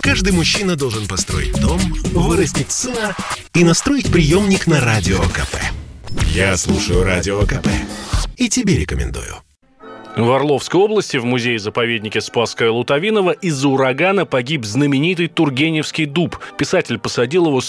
Каждый мужчина должен построить дом, вырастить сына и настроить приемник на Радио КП. Я слушаю Радио КП и тебе рекомендую. В Орловской области в музее-заповеднике Спасская Лутовинова из-за урагана погиб знаменитый Тургеневский дуб. Писатель посадил его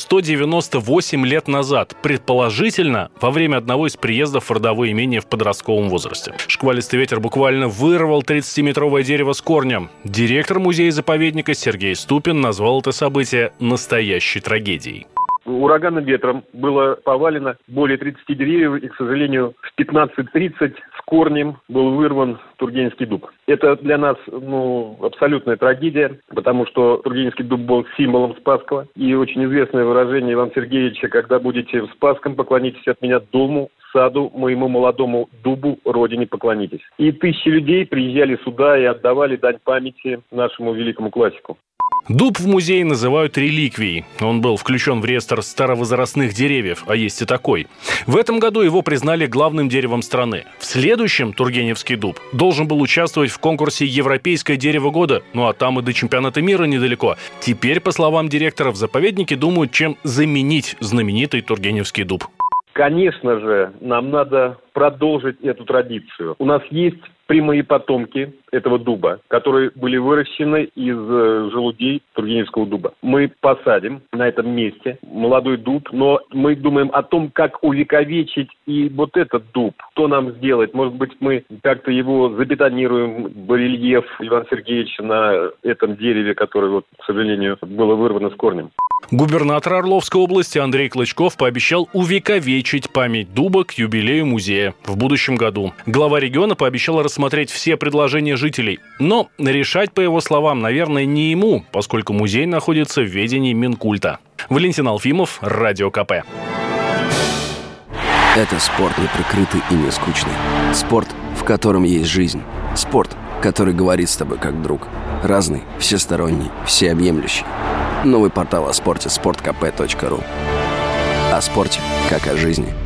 198 лет назад, предположительно, во время одного из приездов в родовое имение в подростковом возрасте. Шквалистый ветер буквально вырвал 30-метровое дерево с корнем. Директор музея-заповедника Сергей Ступин назвал это событие настоящей трагедией. Ураганным ветром было повалено более 30 деревьев, и, к сожалению, в 15:30 с корнем был вырван Тургеневский дуб. Это для нас, абсолютная трагедия, потому что Тургеневский дуб был символом Спасского. И очень известное выражение Ивана Сергеевича: когда будете в Спасском, поклонитесь от меня дому, саду, моему молодому дубу, родине поклонитесь. И тысячи людей приезжали сюда и отдавали дань памяти нашему великому классику. Дуб в музее называют реликвией. Он был включен в реестр старовозрастных деревьев, а есть и такой. В этом году его признали главным деревом страны. В следующем Тургеневский дуб должен был участвовать в конкурсе «Европейское дерево года», а там и до чемпионата мира недалеко. Теперь, по словам директора, в заповеднике думают, чем заменить знаменитый Тургеневский дуб. Конечно же, нам надо продолжить эту традицию. У нас есть прямые потомки этого дуба, которые были выращены из желудей Тургеневского дуба. Мы посадим на этом месте молодой дуб, но мы думаем о том, как увековечить и вот этот дуб. Что нам сделать? Может быть, мы как-то его забетонируем, барельеф Ивана Сергеевича на этом дереве, которое, к сожалению, было вырвано с корнем. Губернатор Орловской области Андрей Клычков пообещал увековечить память дуба к юбилею музея в будущем году. Глава региона пообещал рассмотреть все предложения жителей. Но решать, по его словам, наверное, не ему, поскольку музей находится в ведении Минкульта. Валентин Алфимов, Радио КП. Это спорт неприкрытый и не скучный. Спорт, в котором есть жизнь. Спорт, который говорит с тобой как друг. Разный, всесторонний, всеобъемлющий. Новый портал о спорте – sportkp.ru. О спорте, как о жизни.